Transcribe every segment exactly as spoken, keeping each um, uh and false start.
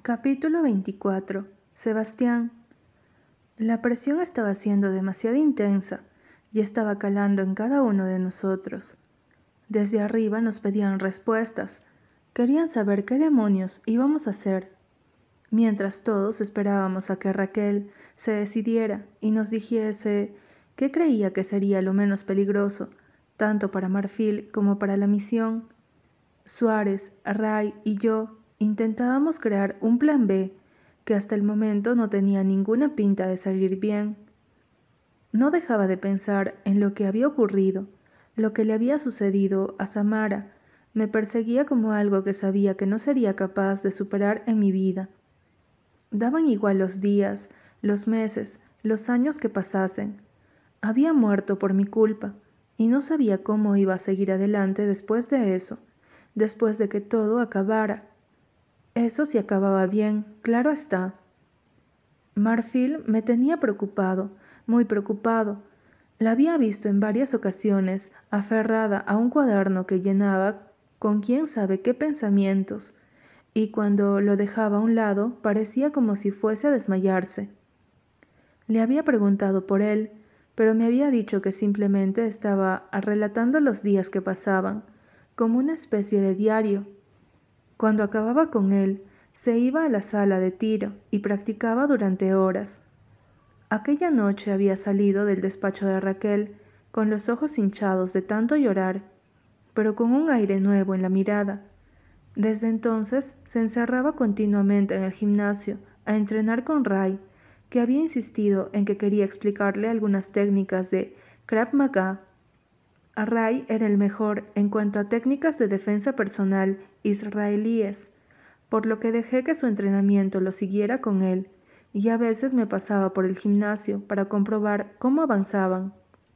Capítulo veinticuatro. Sebastián. La presión estaba siendo demasiado intensa y estaba calando en cada uno de nosotros. Desde arriba nos pedían respuestas, querían saber qué demonios íbamos a hacer, mientras todos esperábamos a que Raquel se decidiera y nos dijese qué creía que sería lo menos peligroso, tanto para Marfil como para la misión. Suárez, Ray y yo intentábamos crear un plan B que hasta el momento no tenía ninguna pinta de salir bien. No dejaba de pensar en lo que había ocurrido, lo que le había sucedido a Samara. Me perseguía como algo que sabía que no sería capaz de superar en mi vida. Daban igual los días, los meses, los años que pasasen. Había muerto por mi culpa y no sabía cómo iba a seguir adelante después de eso, después de que todo acabara. Eso sí acababa bien, claro está. Marfil me tenía preocupado, muy preocupado. La había visto en varias ocasiones, aferrada a un cuaderno que llenaba con quién sabe qué pensamientos, y cuando lo dejaba a un lado parecía como si fuese a desmayarse. Le había preguntado por él, pero me había dicho que simplemente estaba relatando los días que pasaban, como una especie de diario. Cuando acababa con él, se iba a la sala de tiro y practicaba durante horas. Aquella noche había salido del despacho de Raquel con los ojos hinchados de tanto llorar, pero con un aire nuevo en la mirada. Desde entonces se encerraba continuamente en el gimnasio a entrenar con Ray, que había insistido en que quería explicarle algunas técnicas de Krav Maga. Ray era el mejor en cuanto a técnicas de defensa personal israelíes, por lo que dejé que su entrenamiento lo siguiera con él, y a veces me pasaba por el gimnasio para comprobar cómo avanzaban.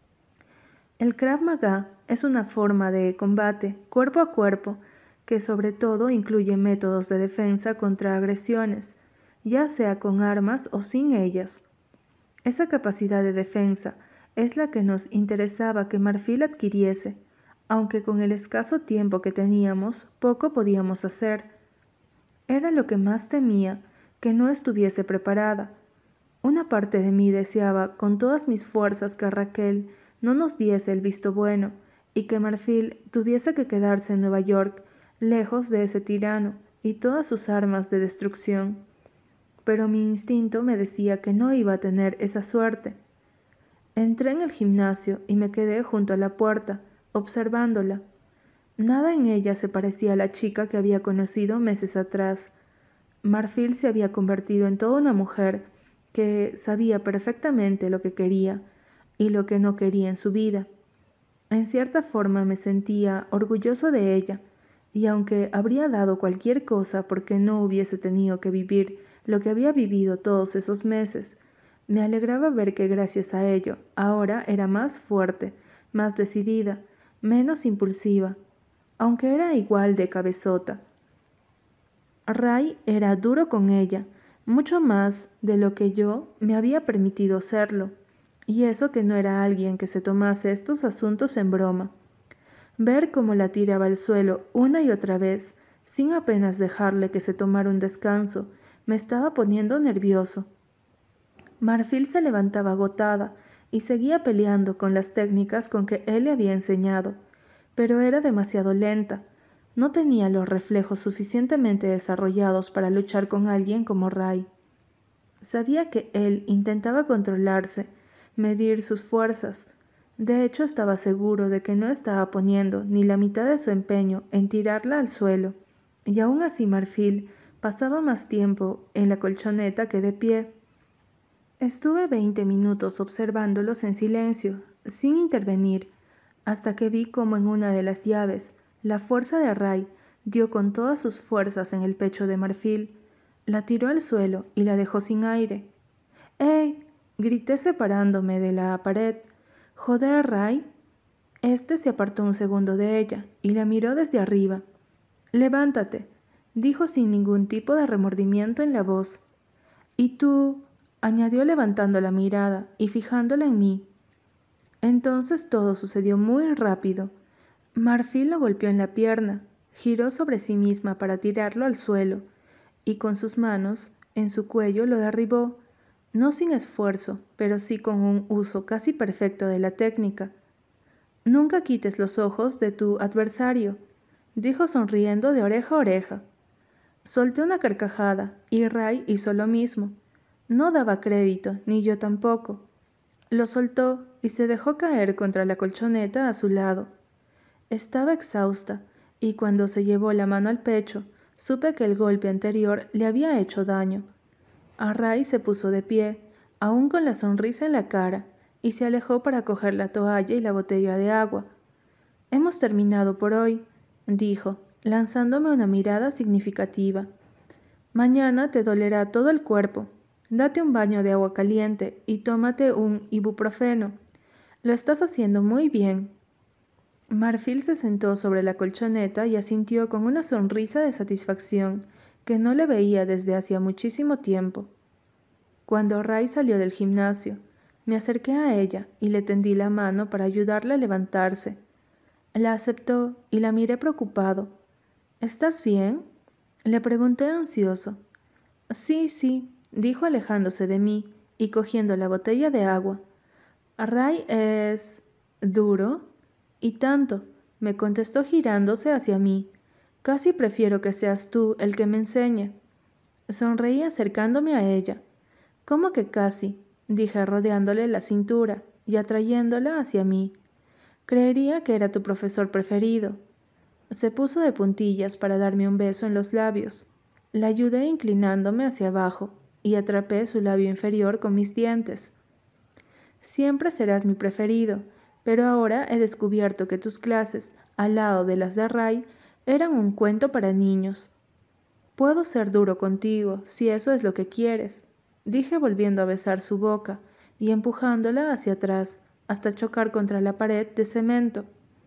El Krav Maga es una forma de combate cuerpo a cuerpo que sobre todo incluye métodos de defensa contra agresiones, ya sea con armas o sin ellas. Esa capacidad de defensa es la que nos interesaba que Marfil adquiriese, aunque con el escaso tiempo que teníamos, poco podíamos hacer. Era lo que más temía, que no estuviese preparada. Una parte de mí deseaba con todas mis fuerzas que Raquel no nos diese el visto bueno y que Marfil tuviese que quedarse en Nueva York, lejos de ese tirano y todas sus armas de destrucción. Pero mi instinto me decía que no iba a tener esa suerte. Entré en el gimnasio y me quedé junto a la puerta, observándola. Nada en ella se parecía a la chica que había conocido meses atrás. Marfil se había convertido en toda una mujer que sabía perfectamente lo que quería y lo que no quería en su vida. En cierta forma me sentía orgulloso de ella, y aunque habría dado cualquier cosa porque no hubiese tenido que vivir lo que había vivido todos esos meses, me alegraba ver que gracias a ello ahora era más fuerte, más decidida, menos impulsiva, aunque era igual de cabezota. Ray era duro con ella, mucho más de lo que yo me había permitido serlo, y eso que no era alguien que se tomase estos asuntos en broma. Ver cómo la tiraba al suelo una y otra vez, sin apenas dejarle que se tomara un descanso, me estaba poniendo nervioso. Marfil se levantaba agotada y seguía peleando con las técnicas con que él le había enseñado, pero era demasiado lenta. No tenía los reflejos suficientemente desarrollados para luchar con alguien como Ray. Sabía que él intentaba controlarse, medir sus fuerzas. De hecho, estaba seguro de que no estaba poniendo ni la mitad de su empeño en tirarla al suelo, y aún así Marfil pasaba más tiempo en la colchoneta que de pie. Estuve veinte minutos observándolos en silencio, sin intervenir, hasta que vi cómo en una de las llaves, la fuerza de Ray dio con todas sus fuerzas en el pecho de Marfil, la tiró al suelo y la dejó sin aire. ¡Ey! Grité separándome de la pared. —¿Joder, Ray? Este se apartó un segundo de ella y la miró desde arriba. —Levántate —dijo sin ningún tipo de remordimiento en la voz. —¿Y tú? —añadió levantando la mirada y fijándola en mí. Entonces todo sucedió muy rápido. Marfil lo golpeó en la pierna, giró sobre sí misma para tirarlo al suelo, y con sus manos en su cuello lo derribó, no sin esfuerzo, pero sí con un uso casi perfecto de la técnica. «Nunca quites los ojos de tu adversario», dijo sonriendo de oreja a oreja. Solté una carcajada y Ray hizo lo mismo. No daba crédito, ni yo tampoco. Lo soltó y se dejó caer contra la colchoneta a su lado. Estaba exhausta, y cuando se llevó la mano al pecho, supe que el golpe anterior le había hecho daño. Ray se puso de pie, aún con la sonrisa en la cara, y se alejó para coger la toalla y la botella de agua. «Hemos terminado por hoy», dijo, lanzándome una mirada significativa. «Mañana te dolerá todo el cuerpo. Date un baño de agua caliente y tómate un ibuprofeno. Lo estás haciendo muy bien». Marfil se sentó sobre la colchoneta y asintió con una sonrisa de satisfacción que no le veía desde hacía muchísimo tiempo. Cuando Ray salió del gimnasio, me acerqué a ella y le tendí la mano para ayudarla a levantarse. La aceptó y la miré preocupado. «¿Estás bien?», le pregunté ansioso. «Sí, sí», dijo alejándose de mí y cogiendo la botella de agua. «Ray es... duro». «Y tanto», me contestó girándose hacia mí. «Casi prefiero que seas tú el que me enseñe». Sonreí acercándome a ella. «¿Cómo que casi?», dije rodeándole la cintura y atrayéndola hacia mí. «Creería que era tu profesor preferido». Se puso de puntillas para darme un beso en los labios. La ayudé inclinándome hacia abajo y atrapé su labio inferior con mis dientes. «Siempre serás mi preferido, pero ahora he descubierto que tus clases, al lado de las de Ray, eran un cuento para niños. Puedo ser duro contigo, si eso es lo que quieres», dije volviendo a besar su boca y empujándola hacia atrás, hasta chocar contra la pared de cemento.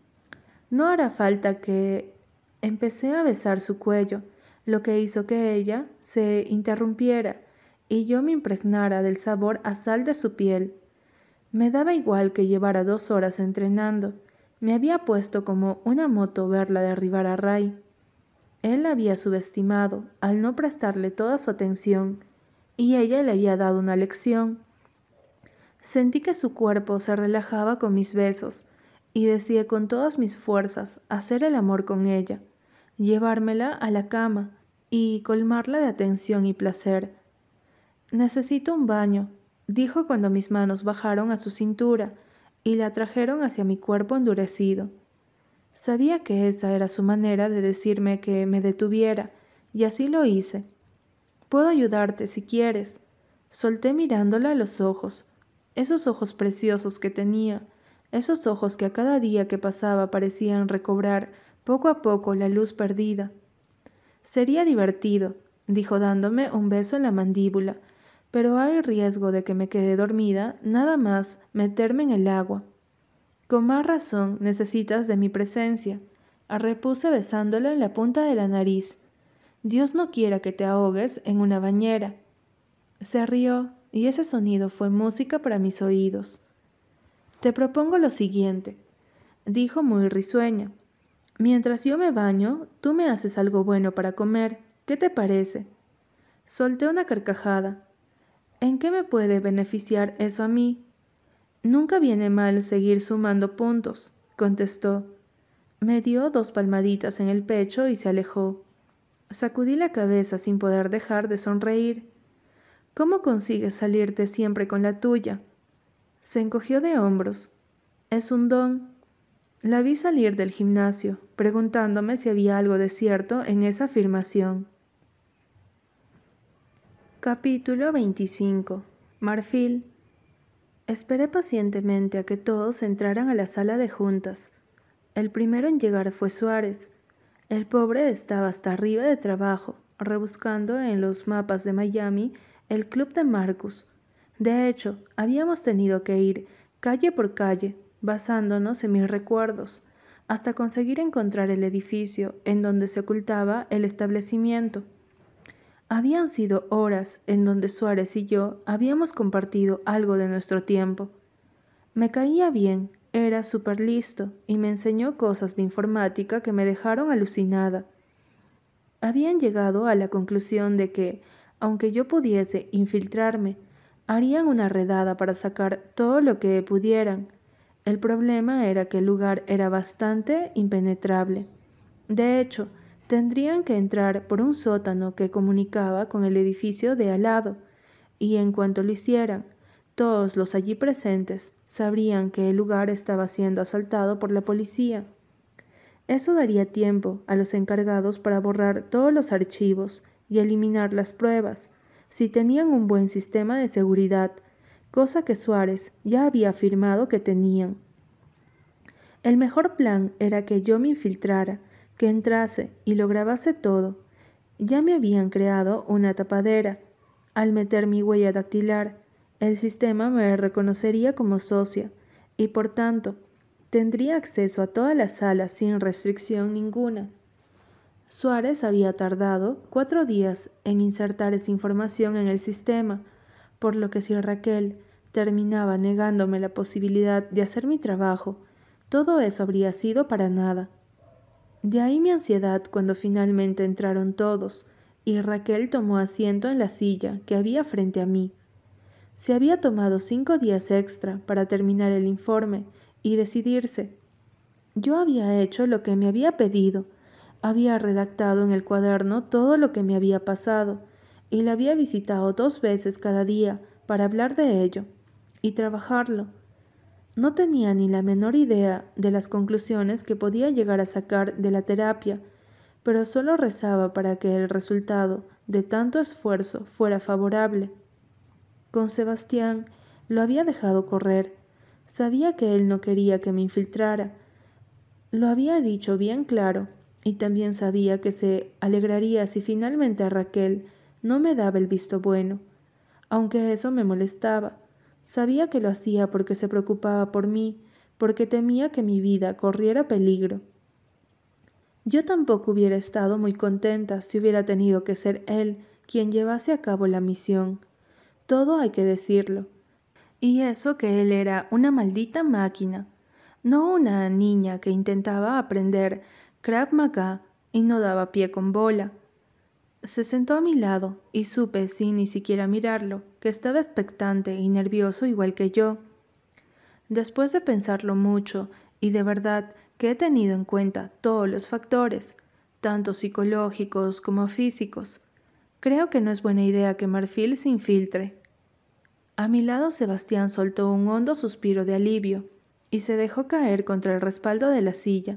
«No hará falta que...». Empecé a besar su cuello, lo que hizo que ella se interrumpiera y yo me impregnara del sabor a sal de su piel. Me daba igual que llevara dos horas entrenando. Me había puesto como una moto verla derribar a Ray. Él la había subestimado al no prestarle toda su atención, y ella le había dado una lección. Sentí que su cuerpo se relajaba con mis besos, y deseé con todas mis fuerzas hacer el amor con ella, llevármela a la cama y colmarla de atención y placer. «Necesito un baño», dijo cuando mis manos bajaron a su cintura y la trajeron hacia mi cuerpo endurecido. Sabía que esa era su manera de decirme que me detuviera, y así lo hice. «Puedo ayudarte si quieres». Solté mirándola a los ojos, esos ojos preciosos que tenía, esos ojos que a cada día que pasaba parecían recobrar poco a poco la luz perdida. «Sería divertido», dijo dándome un beso en la mandíbula, «pero hay riesgo de que me quede dormida nada más meterme en el agua». «Con más razón necesitas de mi presencia», repuse besándola en la punta de la nariz. «Dios no quiera que te ahogues en una bañera». Se rió y ese sonido fue música para mis oídos. «Te propongo lo siguiente», dijo muy risueña. «Mientras yo me baño, tú me haces algo bueno para comer. ¿Qué te parece?» Solté una carcajada. «¿En qué me puede beneficiar eso a mí?» «Nunca viene mal seguir sumando puntos», contestó. Me dio dos palmaditas en el pecho y se alejó. Sacudí la cabeza sin poder dejar de sonreír. «¿Cómo consigues salirte siempre con la tuya?» Se encogió de hombros. «Es un don». La vi salir del gimnasio, preguntándome si había algo de cierto en esa afirmación. Capítulo veinticinco. Marfil. Esperé pacientemente a que todos entraran a la sala de juntas. El primero en llegar fue Suárez. El pobre estaba hasta arriba de trabajo, rebuscando en los mapas de Miami el club de Marcus. De hecho, habíamos tenido que ir calle por calle, basándonos en mis recuerdos, hasta conseguir encontrar el edificio en donde se ocultaba el establecimiento. Habían sido horas en donde Suárez y yo habíamos compartido algo de nuestro tiempo. Me caía bien, era súper listo y me enseñó cosas de informática que me dejaron alucinada. Habían llegado a la conclusión de que, aunque yo pudiese infiltrarme, harían una redada para sacar todo lo que pudieran. El problema era que el lugar era bastante impenetrable. De hecho, tendrían que entrar por un sótano que comunicaba con el edificio de al lado, y en cuanto lo hicieran, todos los allí presentes sabrían que el lugar estaba siendo asaltado por la policía. Eso daría tiempo a los encargados para borrar todos los archivos y eliminar las pruebas, si tenían un buen sistema de seguridad, cosa que Suárez ya había afirmado que tenían. El mejor plan era que yo me infiltrara, que entrase y lo grabase todo. Ya me habían creado una tapadera. Al meter mi huella dactilar, el sistema me reconocería como socia y, por tanto, tendría acceso a todas las salas sin restricción ninguna. Suárez había tardado cuatro días en insertar esa información en el sistema, por lo que si Raquel terminaba negándome la posibilidad de hacer mi trabajo, todo eso habría sido para nada. De ahí mi ansiedad cuando finalmente entraron todos, y Raquel tomó asiento en la silla que había frente a mí. Se había tomado cinco días extra para terminar el informe y decidirse. Yo había hecho lo que me había pedido, había redactado en el cuaderno todo lo que me había pasado, y la había visitado dos veces cada día para hablar de ello y trabajarlo. No tenía ni la menor idea de las conclusiones que podía llegar a sacar de la terapia, pero solo rezaba para que el resultado de tanto esfuerzo fuera favorable. Con Sebastián lo había dejado correr. Sabía que él no quería que me infiltrara. Lo había dicho bien claro, y también sabía que se alegraría si finalmente a Raquel no me daba el visto bueno, aunque eso me molestaba. Sabía que lo hacía porque se preocupaba por mí, porque temía que mi vida corriera peligro. Yo tampoco hubiera estado muy contenta si hubiera tenido que ser él quien llevase a cabo la misión. Todo hay que decirlo. Y eso que él era una maldita máquina, no una niña que intentaba aprender Krav Maga y no daba pie con bola. Se sentó a mi lado y supe, sin ni siquiera mirarlo, que estaba expectante y nervioso igual que yo. Después de pensarlo mucho, y de verdad que he tenido en cuenta todos los factores, tanto psicológicos como físicos, creo que no es buena idea que Marfil se infiltre. A mi lado Sebastián soltó un hondo suspiro de alivio y se dejó caer contra el respaldo de la silla.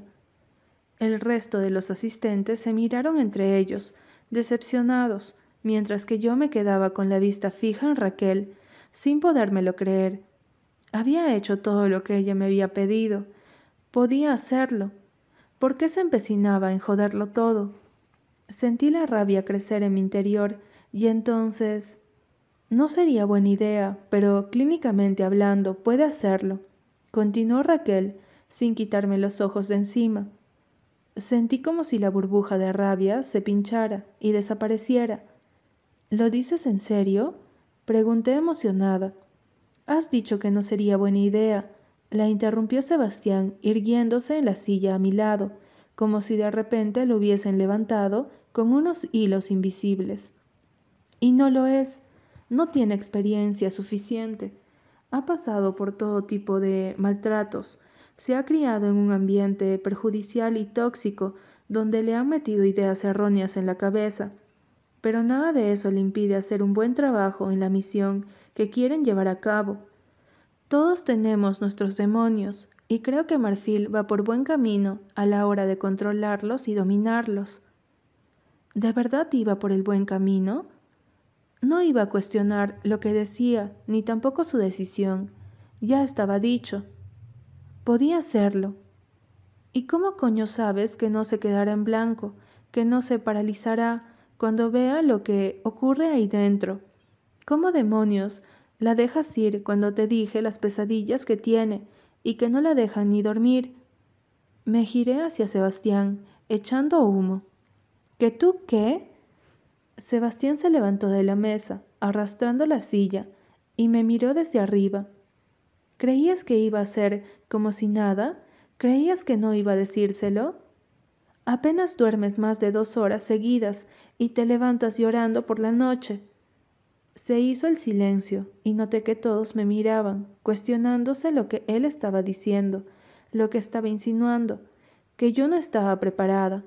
El resto de los asistentes se miraron entre ellos, decepcionados, mientras que yo me quedaba con la vista fija en Raquel, sin podérmelo creer. Había hecho todo lo que ella me había pedido. Podía hacerlo. ¿Por qué se empecinaba en joderlo todo? Sentí la rabia crecer en mi interior y entonces... No sería buena idea, pero clínicamente hablando puede hacerlo, continuó Raquel, sin quitarme los ojos de encima. Sentí como si la burbuja de rabia se pinchara y desapareciera. ¿Lo dices en serio?, pregunté emocionada. Has dicho que no sería buena idea, la interrumpió Sebastián, irguiéndose en la silla a mi lado, como si de repente lo hubiesen levantado con unos hilos invisibles. Y no lo es. No tiene experiencia suficiente. Ha pasado por todo tipo de maltratos. Se ha criado en un ambiente perjudicial y tóxico donde le han metido ideas erróneas en la cabeza. Pero nada de eso le impide hacer un buen trabajo en la misión que quieren llevar a cabo. Todos tenemos nuestros demonios y creo que Marfil va por buen camino a la hora de controlarlos y dominarlos. ¿De verdad iba por el buen camino? No iba a cuestionar lo que decía, ni tampoco su decisión. Ya estaba dicho. Podía hacerlo. ¿Y cómo coño sabes que no se quedará en blanco, que no se paralizará cuando vea lo que ocurre ahí dentro? ¿Cómo demonios la dejas ir cuando te dije las pesadillas que tiene y que no la dejan ni dormir? Me giré hacia Sebastián, echando humo. ¿Que tú qué? Sebastián se levantó de la mesa, arrastrando la silla, y me miró desde arriba. ¿Creías que iba a ser como si nada? ¿Creías que no iba a decírselo? Apenas duermes más de dos horas seguidas y te levantas llorando por la noche. Se hizo el silencio y noté que todos me miraban, cuestionándose lo que él estaba diciendo, lo que estaba insinuando, que yo no estaba preparada.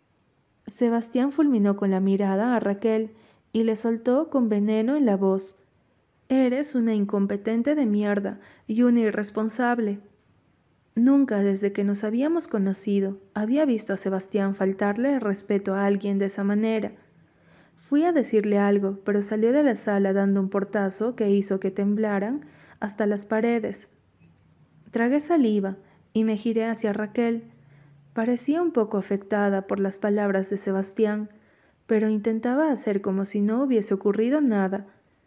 Sebastián fulminó con la mirada a Raquel y le soltó con veneno en la voz: «Eres una incompetente de mierda y una irresponsable». Nunca desde que nos habíamos conocido había visto a Sebastián faltarle el respeto a alguien de esa manera. Fui a decirle algo, pero salió de la sala dando un portazo que hizo que temblaran hasta las paredes. Tragué saliva y me giré hacia Raquel. Parecía un poco afectada por las palabras de Sebastián, pero intentaba hacer como si no hubiese ocurrido nada.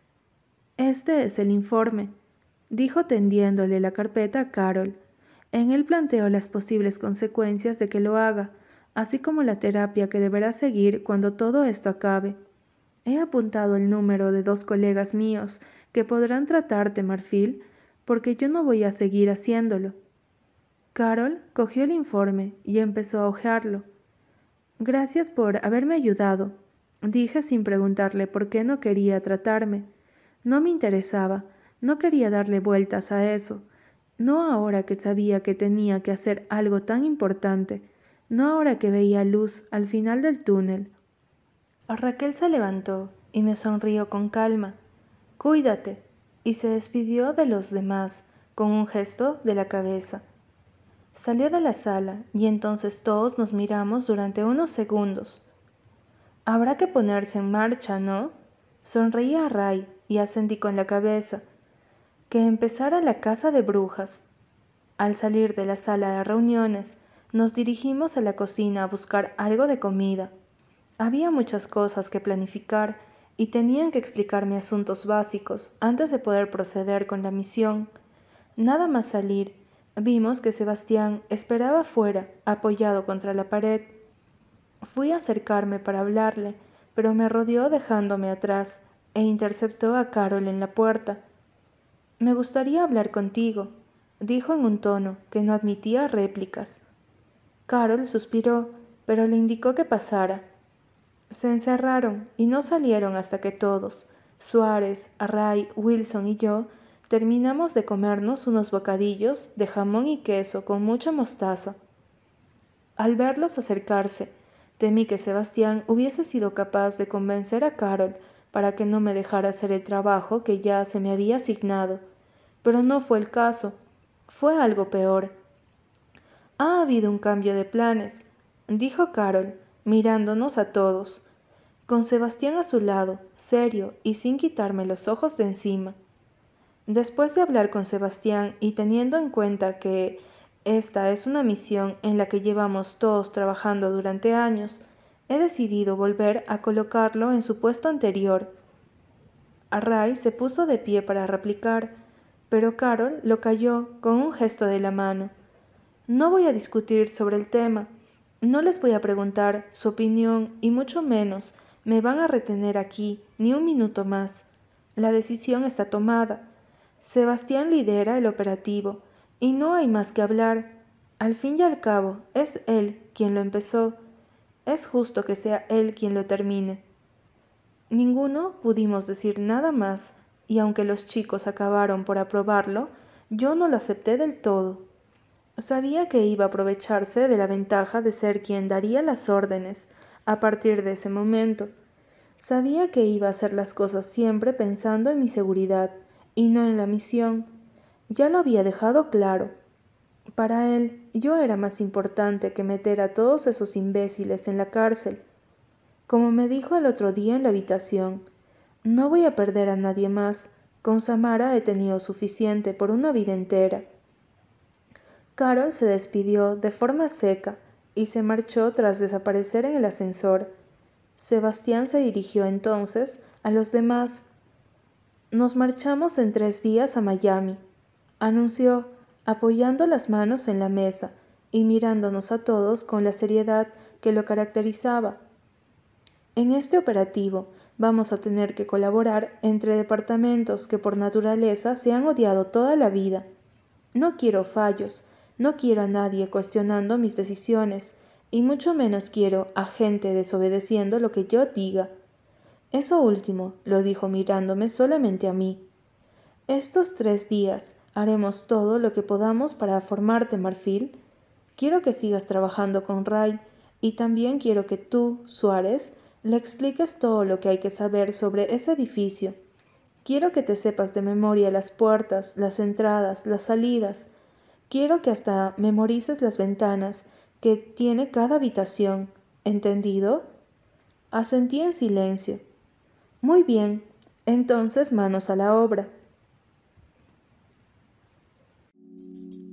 «Este es el informe», dijo tendiéndole la carpeta a Carol. En él planteó las posibles consecuencias de que lo haga, así como la terapia que deberá seguir cuando todo esto acabe. He apuntado el número de dos colegas míos que podrán tratarte, Marfil, porque yo no voy a seguir haciéndolo. Carol cogió el informe y empezó a hojearlo. «Gracias por haberme ayudado», dije sin preguntarle por qué no quería tratarme. No me interesaba, no quería darle vueltas a eso. No ahora que sabía que tenía que hacer algo tan importante, no ahora que veía luz al final del túnel. Raquel se levantó y me sonrió con calma. «Cuídate», y se despidió de los demás con un gesto de la cabeza. Salió de la sala y entonces todos nos miramos durante unos segundos. «Habrá que ponerse en marcha, ¿no?», sonreí a Ray y asentí con la cabeza. Que empezara la caza de brujas. Al salir de la sala de reuniones, nos dirigimos a la cocina a buscar algo de comida. Había muchas cosas que planificar y tenían que explicarme asuntos básicos antes de poder proceder con la misión. Nada más salir, vimos que Sebastián esperaba fuera, apoyado contra la pared. Fui a acercarme para hablarle, pero me rodeó dejándome atrás e interceptó a Carol en la puerta. «Me gustaría hablar contigo», dijo en un tono que no admitía réplicas. Carol suspiró, pero le indicó que pasara. Se encerraron y no salieron hasta que todos, Suárez, Array, Wilson y yo, terminamos de comernos unos bocadillos de jamón y queso con mucha mostaza. Al verlos acercarse, temí que Sebastián hubiese sido capaz de convencer a Carol para que no me dejara hacer el trabajo que ya se me había asignado. Pero no fue el caso. Fue algo peor. «Ha habido un cambio de planes», dijo Carol, mirándonos a todos, con Sebastián a su lado, serio y sin quitarme los ojos de encima. Después de hablar con Sebastián y teniendo en cuenta que esta es una misión en la que llevamos todos trabajando durante años, he decidido volver a colocarlo en su puesto anterior. Array se puso de pie para replicar, pero Carol lo calló con un gesto de la mano. «No voy a discutir sobre el tema. No les voy a preguntar su opinión y mucho menos me van a retener aquí ni un minuto más. La decisión está tomada. Sebastián lidera el operativo y no hay más que hablar. Al fin y al cabo, es él quien lo empezó. Es justo que sea él quien lo termine». Ninguno pudimos decir nada más, y aunque los chicos acabaron por aprobarlo, yo no lo acepté del todo. Sabía que iba a aprovecharse de la ventaja de ser quien daría las órdenes a partir de ese momento. Sabía que iba a hacer las cosas siempre pensando en mi seguridad y no en la misión. Ya lo había dejado claro. Para él, yo era más importante que meter a todos esos imbéciles en la cárcel. Como me dijo el otro día en la habitación, no voy a perder a nadie más. Con Samara he tenido suficiente por una vida entera. Carol se despidió de forma seca y se marchó tras desaparecer en el ascensor. Sebastián se dirigió entonces a los demás. «Nos marchamos en tres días a Miami», anunció, apoyando las manos en la mesa y mirándonos a todos con la seriedad que lo caracterizaba. «En este operativo vamos a tener que colaborar entre departamentos que por naturaleza se han odiado toda la vida. No quiero fallos, no quiero a nadie cuestionando mis decisiones, y mucho menos quiero a gente desobedeciendo lo que yo diga. Eso último lo dijo mirándome solamente a mí. Estos tres días haremos todo lo que podamos para formarte, Marfil. Quiero que sigas trabajando con Ray y también quiero que tú, Suárez, le expliques todo lo que hay que saber sobre ese edificio. Quiero que te sepas de memoria las puertas, las entradas, las salidas. Quiero que hasta memorices las ventanas que tiene cada habitación. ¿Entendido? Asentí en silencio. Muy bien, entonces manos a la obra.